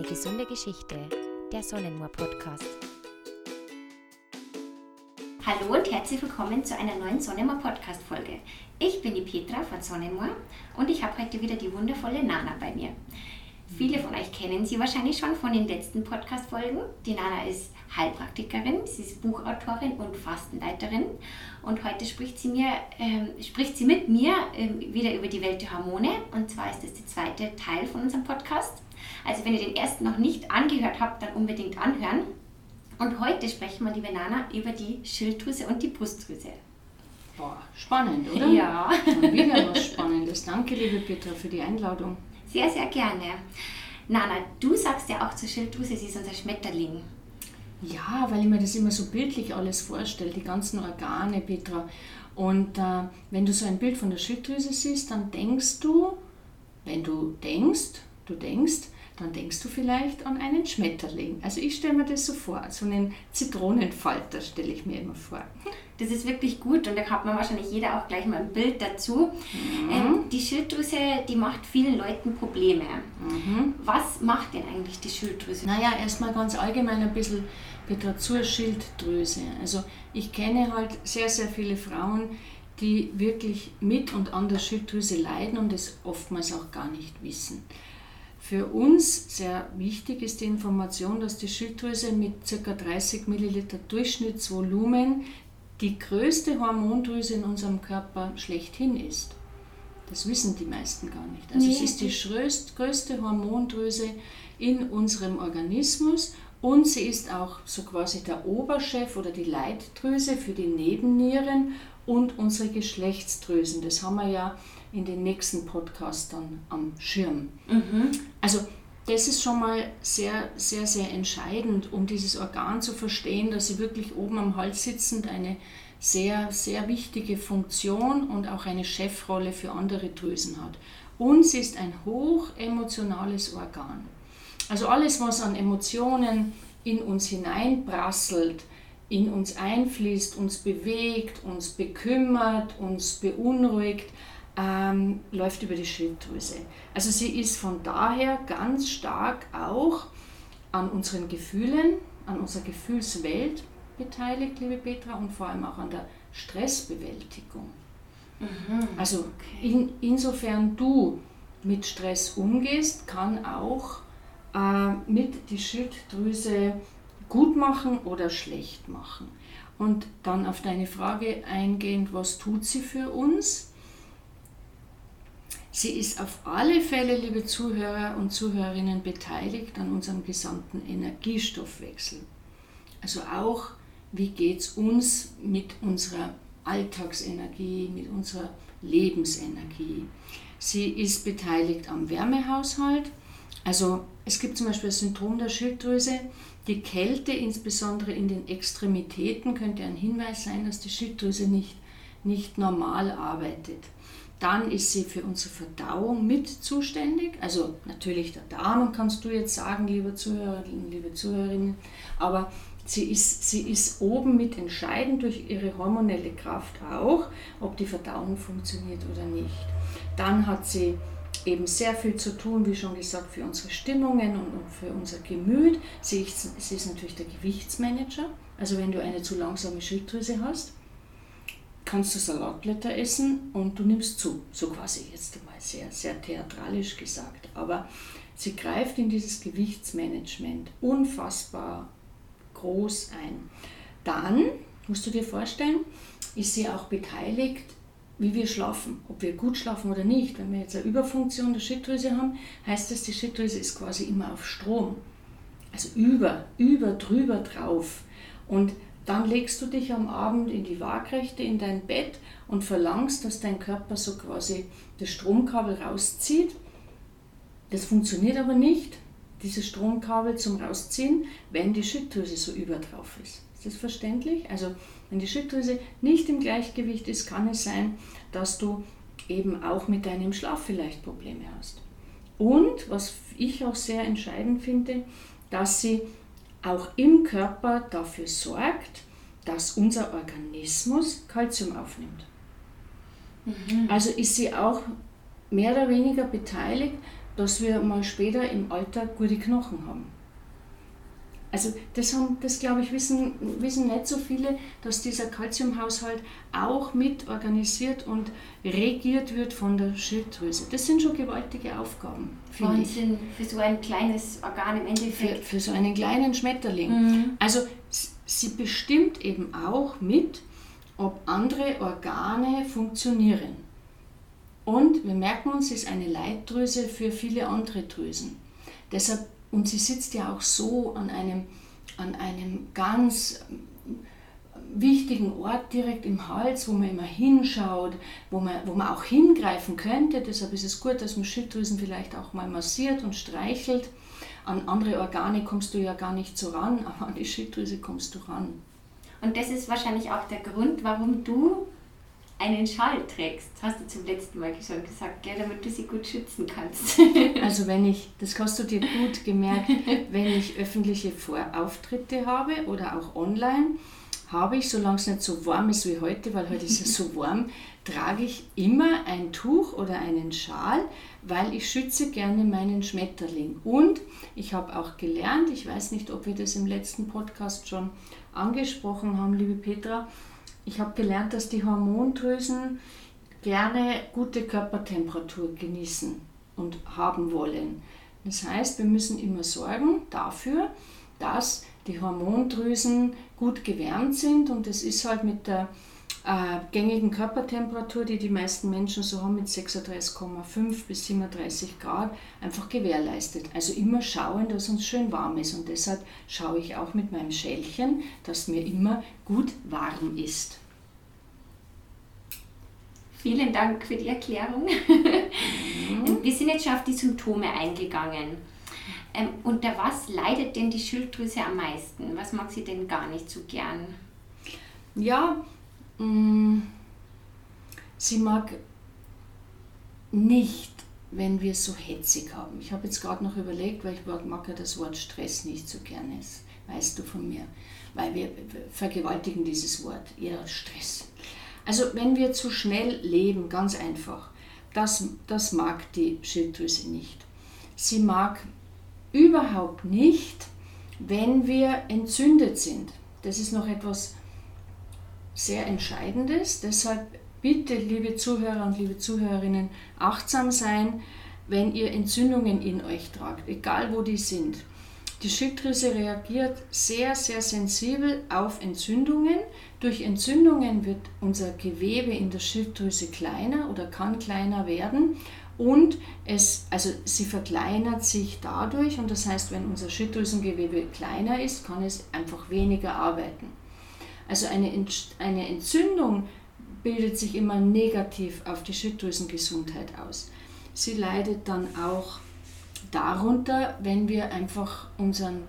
Eine gesunde Geschichte, der Sonnenmoor Podcast. Hallo und herzlich willkommen zu einer neuen Sonnenmoor Podcast Folge. Ich bin die Petra von Sonnenmoor und ich habe heute wieder die wundervolle Nana bei mir. Viele von euch kennen sie wahrscheinlich schon von den letzten Podcast-Folgen. Die Nana ist Heilpraktikerin, sie ist Buchautorin und Fastenleiterin. Und heute spricht sie mit mir wieder über die Welt der Hormone. Und zwar ist das der zweite Teil von unserem Podcast. Also wenn ihr den ersten noch nicht angehört habt, dann unbedingt anhören. Und heute sprechen wir, liebe Nana, über die Schilddrüse und die Brustdrüse. Boah, spannend, oder? Ja. Schon wieder was Spannendes. Danke, liebe Petra, für die Einladung. Sehr, sehr gerne. Nana, du sagst ja auch zur Schilddrüse, sie ist unser Schmetterling. Ja, weil ich mir das immer so bildlich alles vorstelle, die ganzen Organe, Petra. Und wenn du so ein Bild von der Schilddrüse siehst, dann denkst du, wenn du denkst, dann denkst du vielleicht an einen Schmetterling. Also ich stelle mir das so vor, so einen Zitronenfalter stelle ich mir immer vor. Das ist wirklich gut und da hat man wahrscheinlich jeder auch gleich mal ein Bild dazu. Die Schilddrüse, die macht vielen Leuten Probleme. Was macht denn eigentlich die Schilddrüse? Naja, erstmal ganz allgemein ein bisschen, Petra, zur Schilddrüse. Also ich kenne halt sehr, sehr viele Frauen, die wirklich mit und an der Schilddrüse leiden und es oftmals auch gar nicht wissen. Für uns sehr wichtig ist die Information, dass die Schilddrüse mit ca. 30 ml Durchschnittsvolumen die größte Hormondrüse in unserem Körper schlechthin ist. Das wissen die meisten gar nicht. Also es ist die größte Hormondrüse in unserem Organismus und sie ist auch so quasi der Oberchef oder die Leitdrüse für die Nebennieren und unsere Geschlechtsdrüsen. Das haben wir ja in den nächsten Podcasts dann am Schirm. Also das ist schon mal sehr, sehr, sehr entscheidend, um dieses Organ zu verstehen, dass sie wirklich oben am Hals sitzend eine sehr, sehr wichtige Funktion und auch eine Chefrolle für andere Drüsen hat. Und sie ist ein hochemotionales Organ. Also alles, was an Emotionen in uns hineinprasselt, in uns einfließt, uns bewegt, uns bekümmert, uns beunruhigt, läuft über die Schilddrüse. Also sie ist von daher ganz stark auch an unseren Gefühlen, an unserer Gefühlswelt beteiligt, liebe Petra, und vor allem auch an der Stressbewältigung. Also insofern du mit Stress umgehst, kann auch mit die Schilddrüse gut machen oder schlecht machen. Und dann auf deine Frage eingehend, was tut sie für uns? Sie ist auf alle Fälle, liebe Zuhörer und Zuhörerinnen, beteiligt an unserem gesamten Energiestoffwechsel. Also auch, wie geht es uns mit unserer Alltagsenergie, mit unserer Lebensenergie. Sie ist beteiligt am Wärmehaushalt. Also es gibt zum Beispiel das Syndrom der Schilddrüse. Die Kälte, insbesondere in den Extremitäten, könnte ein Hinweis sein, dass die Schilddrüse nicht normal arbeitet. Dann ist sie für unsere Verdauung mit zuständig, also natürlich der Darm, kannst du jetzt sagen, liebe Zuhörerinnen, liebe Zuhörerinnen, aber sie ist oben mit entscheidend durch ihre hormonelle Kraft auch, ob die Verdauung funktioniert oder nicht. Dann hat sie eben sehr viel zu tun, wie schon gesagt, für unsere Stimmungen und für unser Gemüt. Sie ist natürlich der Gewichtsmanager, also wenn du eine zu langsame Schilddrüse hast, kannst du Salatblätter essen und du nimmst zu, so quasi jetzt einmal sehr, sehr theatralisch gesagt. Aber sie greift in dieses Gewichtsmanagement unfassbar groß ein. Dann, musst du dir vorstellen, ist sie auch beteiligt, wie wir schlafen, ob wir gut schlafen oder nicht. Wenn wir jetzt eine Überfunktion der Schilddrüse haben, heißt das, die Schilddrüse ist quasi immer auf Strom. Also drüber drauf. Und dann legst du dich am Abend in die Waagrechte in dein Bett und verlangst, dass dein Körper so quasi das Stromkabel rauszieht. Das funktioniert aber nicht, dieses Stromkabel zum Rausziehen, wenn die Schilddrüse so überdrauf ist. Ist das verständlich? Also wenn die Schilddrüse nicht im Gleichgewicht ist, kann es sein, dass du eben auch mit deinem Schlaf vielleicht Probleme hast. Und was ich auch sehr entscheidend finde, dass sie auch im Körper dafür sorgt, dass unser Organismus Kalzium aufnimmt. Also ist sie auch mehr oder weniger beteiligt, dass wir mal später im Alter gute Knochen haben. Also das glaube ich, wissen nicht so viele, dass dieser Kalziumhaushalt auch mit organisiert und regiert wird von der Schilddrüse. Das sind schon gewaltige Aufgaben, finde ich. Wahnsinn, für so ein kleines Organ im Endeffekt. Für so einen kleinen Schmetterling. Also sie bestimmt eben auch mit, ob andere Organe funktionieren. Und wir merken uns, sie ist eine Leitdrüse für viele andere Drüsen. Deshalb, und sie sitzt ja auch so an einem ganz wichtigen Ort direkt im Hals, wo man immer hinschaut, wo man auch hingreifen könnte. Deshalb ist es gut, dass man Schilddrüsen vielleicht auch mal massiert und streichelt. An andere Organe kommst du ja gar nicht so ran, aber an die Schilddrüse kommst du ran. Und das ist wahrscheinlich auch der Grund, warum du einen Schal trägst, hast du zum letzten Mal schon gesagt, gell, damit du sie gut schützen kannst. Also das hast du dir gut gemerkt, wenn ich öffentliche Vorauftritte habe oder auch online, habe ich, solange es nicht so warm ist wie heute, weil heute ist es so warm, trage ich immer ein Tuch oder einen Schal, weil ich schütze gerne meinen Schmetterling. Und ich habe auch gelernt, ich weiß nicht, ob wir das im letzten Podcast schon angesprochen haben, liebe Petra, ich habe gelernt, dass die Hormondrüsen gerne gute Körpertemperatur genießen und haben wollen. Das heißt, wir müssen immer sorgen dafür, dass die Hormondrüsen gut gewärmt sind, und das ist halt mit der gängigen Körpertemperatur, die die meisten Menschen so haben, mit 36,5 bis 37 Grad, einfach gewährleistet. Also immer schauen, dass uns schön warm ist, und deshalb schaue ich auch mit meinem Schälchen, dass mir immer gut warm ist. Vielen Dank für die Erklärung. Wir sind jetzt schon auf die Symptome eingegangen. Unter was leidet denn die Schilddrüse am meisten? Was mag sie denn gar nicht so gern? Ja, sie mag nicht, wenn wir es so hetzig haben. Ich habe jetzt gerade noch überlegt, weil ich mag ja das Wort Stress nicht so gerne, das weißt du von mir, weil wir vergewaltigen dieses Wort, eher Stress. Also wenn wir zu schnell leben, ganz einfach, das mag die Schilddrüse nicht. Sie mag überhaupt nicht, wenn wir entzündet sind. Das ist noch etwas sehr Entscheidendes. Deshalb bitte, liebe Zuhörer und liebe Zuhörerinnen, achtsam sein, wenn ihr Entzündungen in euch tragt, egal wo die sind. Die Schilddrüse reagiert sehr, sehr sensibel auf Entzündungen. Durch Entzündungen wird unser Gewebe in der Schilddrüse kleiner oder kann kleiner werden, und sie verkleinert sich dadurch, und das heißt, wenn unser Schilddrüsengewebe kleiner ist, kann es einfach weniger arbeiten. Also eine Entzündung bildet sich immer negativ auf die Schilddrüsengesundheit aus. Sie leidet dann auch darunter, wenn wir einfach unseren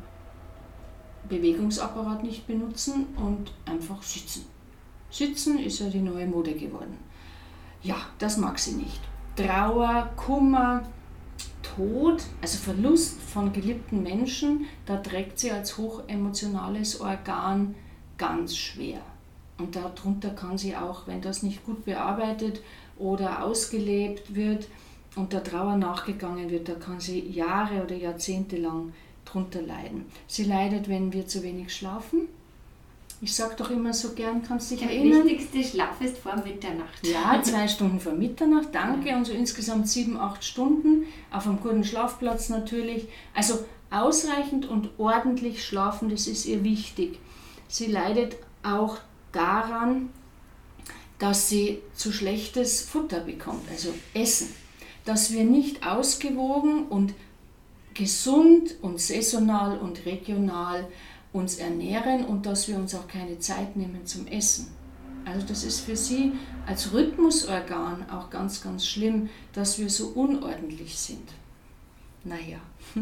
Bewegungsapparat nicht benutzen und einfach sitzen. Sitzen ist ja die neue Mode geworden. Ja, das mag sie nicht. Trauer, Kummer, Tod, also Verlust von geliebten Menschen, da trägt sie als hochemotionales Organ ganz schwer. Und darunter kann sie auch, wenn das nicht gut bearbeitet oder ausgelebt wird und der Trauer nachgegangen wird, da kann sie Jahre oder Jahrzehnte lang drunter leiden. Sie leidet, wenn wir zu wenig schlafen. Ich sage doch immer so gern, kannst du dich erinnern? Der wichtigste Schlaf ist vor Mitternacht. Ja, 2 Stunden vor Mitternacht, danke. Ja. Und so insgesamt 7-8 Stunden auf einem guten Schlafplatz natürlich. Also ausreichend und ordentlich schlafen, das ist ihr wichtig. Sie leidet auch daran, dass sie zu schlechtes Futter bekommt, also Essen. Dass wir nicht ausgewogen und gesund und saisonal und regional uns ernähren und dass wir uns auch keine Zeit nehmen zum Essen. Also das ist für sie als Rhythmusorgan auch ganz, ganz schlimm, dass wir so unordentlich sind. Naja.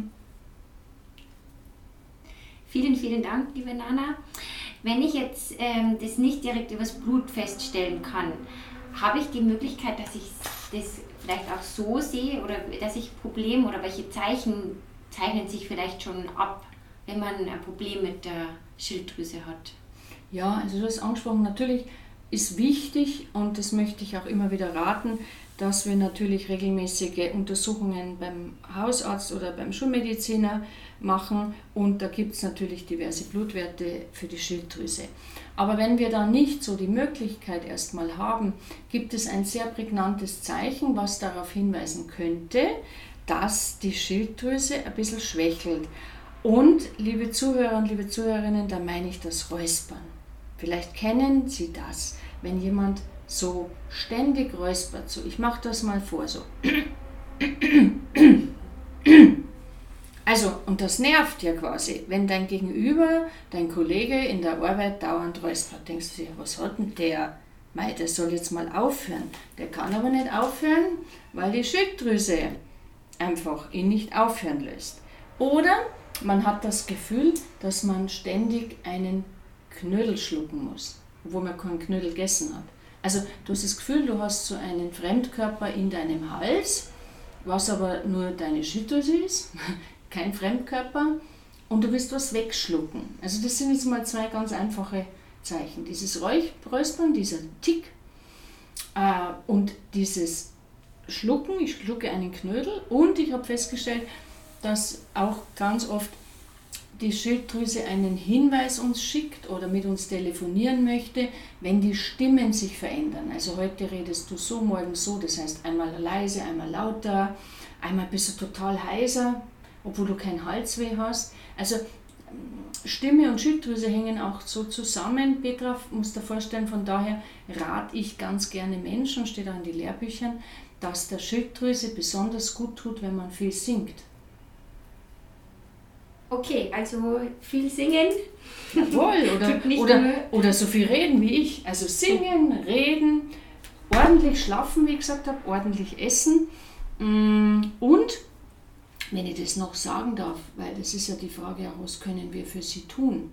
Vielen, vielen Dank, liebe Nana. Wenn ich jetzt das nicht direkt übers Blut feststellen kann, habe ich die Möglichkeit, dass ich das vielleicht auch so sehe, oder dass ich Probleme oder welche Zeichen zeichnen sich vielleicht schon ab, wenn man ein Problem mit der Schilddrüse hat? Ja, also du hast angesprochen, natürlich ist wichtig, und das möchte ich auch immer wieder raten, dass wir natürlich regelmäßige Untersuchungen beim Hausarzt oder beim Schulmediziner machen und da gibt es natürlich diverse Blutwerte für die Schilddrüse. Aber wenn wir da nicht so die Möglichkeit erstmal haben, gibt es ein sehr prägnantes Zeichen, was darauf hinweisen könnte, dass die Schilddrüse ein bisschen schwächelt. Und liebe Zuhörer und liebe Zuhörerinnen, da meine ich das Räuspern. Vielleicht kennen Sie das, wenn jemand so ständig räuspert. So, ich mache das mal vor, so. Also, und das nervt ja quasi, wenn dein Gegenüber, dein Kollege in der Arbeit dauernd räuspert. Denkst du dir, was hat denn der? Mei, der soll jetzt mal aufhören. Der kann aber nicht aufhören, weil die Schilddrüse einfach ihn nicht aufhören lässt. Oder man hat das Gefühl, dass man ständig einen Knödel schlucken muss, obwohl man keinen Knödel gegessen hat. Also du hast das Gefühl, du hast so einen Fremdkörper in deinem Hals, was aber nur deine Schilddrüse ist, kein Fremdkörper, und du willst was wegschlucken. Also das sind jetzt mal zwei ganz einfache Zeichen. Dieses Räuspern, dieser Tick und dieses Schlucken, ich schlucke einen Knödel, und ich habe festgestellt, dass auch ganz oft die Schilddrüse einen Hinweis uns schickt oder mit uns telefonieren möchte, wenn die Stimmen sich verändern. Also heute redest du so, morgen so, das heißt einmal leise, einmal lauter, einmal bist du total heiser, obwohl du keinen Halsweh hast. Also Stimme und Schilddrüse hängen auch so zusammen. Petra, musst dir vorstellen, von daher rate ich ganz gerne Menschen, steht auch in den Lehrbüchern, dass der Schilddrüse besonders gut tut, wenn man viel singt. Okay, also viel singen. Jawohl, oder so viel reden wie ich. Also singen, reden, ordentlich schlafen, wie ich gesagt habe, ordentlich essen. Und, wenn ich das noch sagen darf, weil das ist ja die Frage, was können wir für sie tun?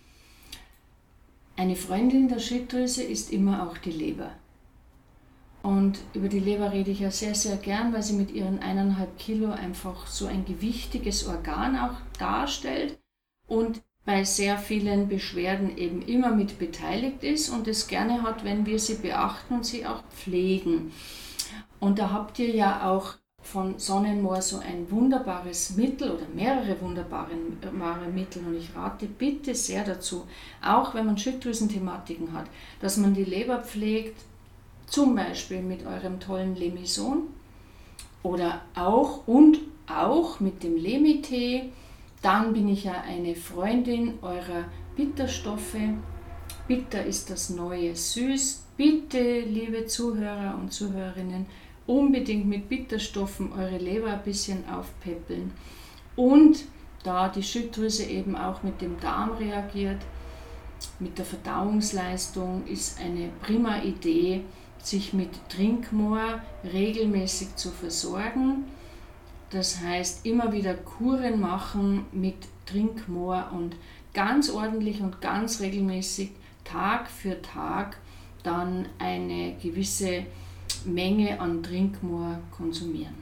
Eine Freundin der Schilddrüse ist immer auch die Leber. Und über die Leber rede ich ja sehr, sehr gern, weil sie mit ihren 1,5 Kilo einfach so ein gewichtiges Organ auch darstellt und bei sehr vielen Beschwerden eben immer mit beteiligt ist und es gerne hat, wenn wir sie beachten und sie auch pflegen. Und da habt ihr ja auch von Sonnenmoor so ein wunderbares Mittel oder mehrere wunderbare Mittel, und ich rate bitte sehr dazu, auch wenn man Schilddrüsenthematiken hat, dass man die Leber pflegt, zum Beispiel mit eurem tollen Lemison oder auch mit dem Lemi-Tee. Dann bin ich ja eine Freundin eurer Bitterstoffe. Bitter ist das neue Süß. Bitte, liebe Zuhörer und Zuhörerinnen, unbedingt mit Bitterstoffen eure Leber ein bisschen aufpäppeln. Und da die Schilddrüse eben auch mit dem Darm reagiert, mit der Verdauungsleistung, ist eine prima Idee, sich mit Trinkmoor regelmäßig zu versorgen. Das heißt, immer wieder Kuren machen mit Trinkmoor und ganz ordentlich und ganz regelmäßig Tag für Tag dann eine gewisse Menge an Trinkmoor konsumieren.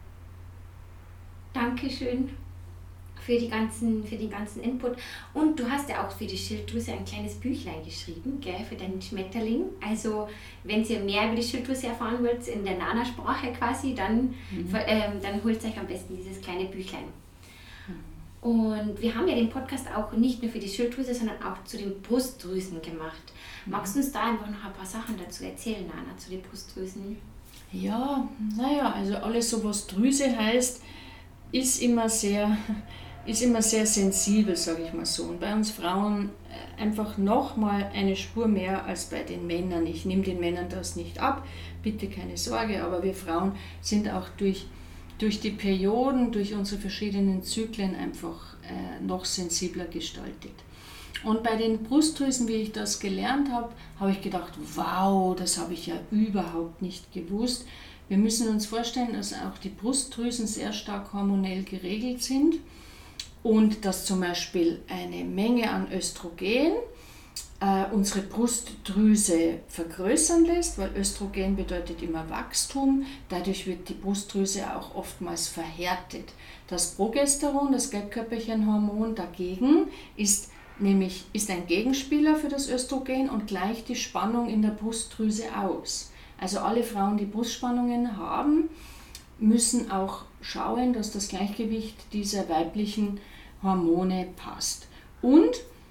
Dankeschön für den ganzen Input. Und du hast ja auch für die Schilddrüse ein kleines Büchlein geschrieben, gell, für deinen Schmetterling. Also wenn ihr mehr über die Schilddrüse erfahren wollt, in der Nana-Sprache quasi, dann holt euch am besten dieses kleine Büchlein. Und wir haben ja den Podcast auch nicht nur für die Schilddrüse, sondern auch zu den Brustdrüsen gemacht. Magst du uns da einfach noch ein paar Sachen dazu erzählen, Nana, zu den Brustdrüsen? Ja, also alles so, was Drüse heißt, ist immer sehr sensibel, sage ich mal so. Und bei uns Frauen einfach nochmal eine Spur mehr als bei den Männern. Ich nehme den Männern das nicht ab, bitte keine Sorge, aber wir Frauen sind auch durch die Perioden, durch unsere verschiedenen Zyklen einfach noch sensibler gestaltet. Und bei den Brustdrüsen, wie ich das gelernt habe, habe ich gedacht, wow, das habe ich ja überhaupt nicht gewusst. Wir müssen uns vorstellen, dass auch die Brustdrüsen sehr stark hormonell geregelt sind und dass zum Beispiel eine Menge an Östrogen unsere Brustdrüse vergrößern lässt, weil Östrogen bedeutet immer Wachstum, dadurch wird die Brustdrüse auch oftmals verhärtet. Das Progesteron, das Gelbkörperchenhormon dagegen, ist ein Gegenspieler für das Östrogen und gleicht die Spannung in der Brustdrüse aus. Also alle Frauen, die Brustspannungen haben, müssen auch schauen, dass das Gleichgewicht dieser weiblichen Hormone passt. Und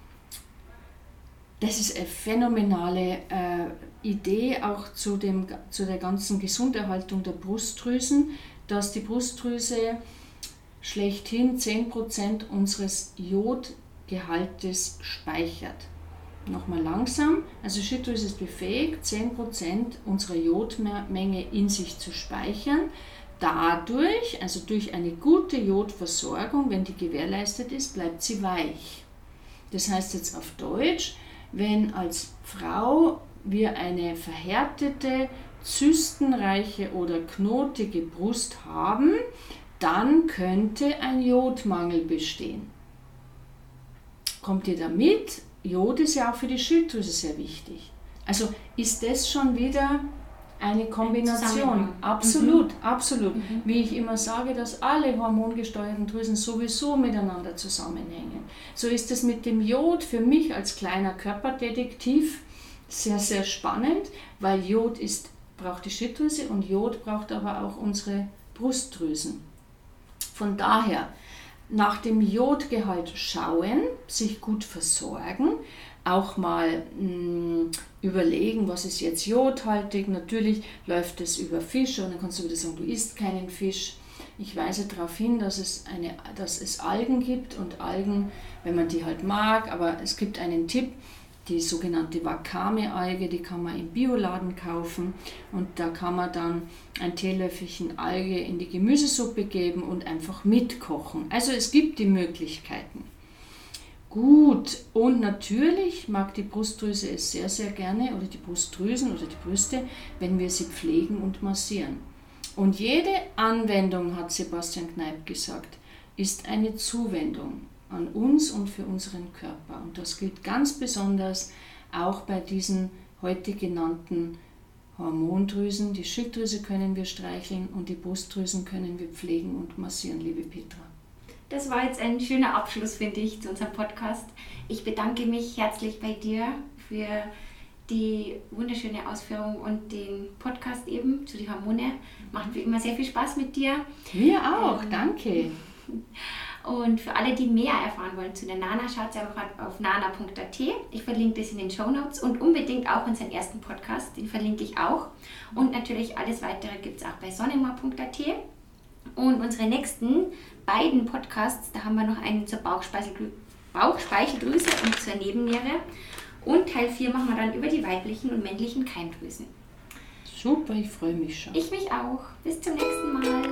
das ist eine phänomenale Idee auch zu der ganzen Gesunderhaltung der Brustdrüsen, dass die Brustdrüse schlechthin 10% unseres Jodgehaltes speichert. Nochmal langsam, also Schilddrüse ist befähigt, 10% unserer Jodmenge in sich zu speichern. Dadurch, also durch eine gute Jodversorgung, wenn die gewährleistet ist, bleibt sie weich. Das heißt jetzt auf Deutsch, wenn als Frau wir eine verhärtete, zystenreiche oder knotige Brust haben, dann könnte ein Jodmangel bestehen. Kommt ihr damit? Jod ist ja auch für die Schilddrüse sehr wichtig. Also ist das schon wieder eine Kombination. Absolut, absolut. Wie ich immer sage, dass alle hormongesteuerten Drüsen sowieso miteinander zusammenhängen. So ist es mit dem Jod für mich als kleiner Körperdetektiv sehr, sehr spannend, weil Jod braucht die Schilddrüse und Jod braucht aber auch unsere Brustdrüsen. Von daher, nach dem Jodgehalt schauen, sich gut versorgen, auch mal überlegen, was ist jetzt jodhaltig. Natürlich läuft es über Fisch und dann kannst du wieder sagen, du isst keinen Fisch. Ich weise darauf hin, dass es Algen gibt und Algen, wenn man die halt mag, aber es gibt einen Tipp, die sogenannte Wakame-Alge, die kann man im Bioladen kaufen und da kann man dann ein Teelöffelchen Alge in die Gemüsesuppe geben und einfach mitkochen. Also es gibt die Möglichkeiten. Gut, und natürlich mag die Brustdrüse es sehr, sehr gerne, oder die Brustdrüsen oder die Brüste, wenn wir sie pflegen und massieren. Und jede Anwendung, hat Sebastian Kneipp gesagt, ist eine Zuwendung an uns und für unseren Körper. Und das gilt ganz besonders auch bei diesen heute genannten Hormondrüsen. Die Schilddrüse können wir streicheln und die Brustdrüsen können wir pflegen und massieren, liebe Petra. Das war jetzt ein schöner Abschluss, finde ich, zu unserem Podcast. Ich bedanke mich herzlich bei dir für die wunderschöne Ausführung und den Podcast eben zu den Hormone. Macht wie immer sehr viel Spaß mit dir. Mir auch, danke. Und für alle, die mehr erfahren wollen zu der Nana, schaut einfach auf nana.at. Ich verlinke das in den Shownotes und unbedingt auch unseren ersten Podcast, den verlinke ich auch. Und natürlich alles weitere gibt es auch bei sonnenmoor.at. Und unsere nächsten beiden Podcasts, da haben wir noch einen zur Bauchspeicheldrüse und zur Nebenniere. Und Teil 4 machen wir dann über die weiblichen und männlichen Keimdrüsen. Super, ich freue mich schon. Ich mich auch. Bis zum nächsten Mal.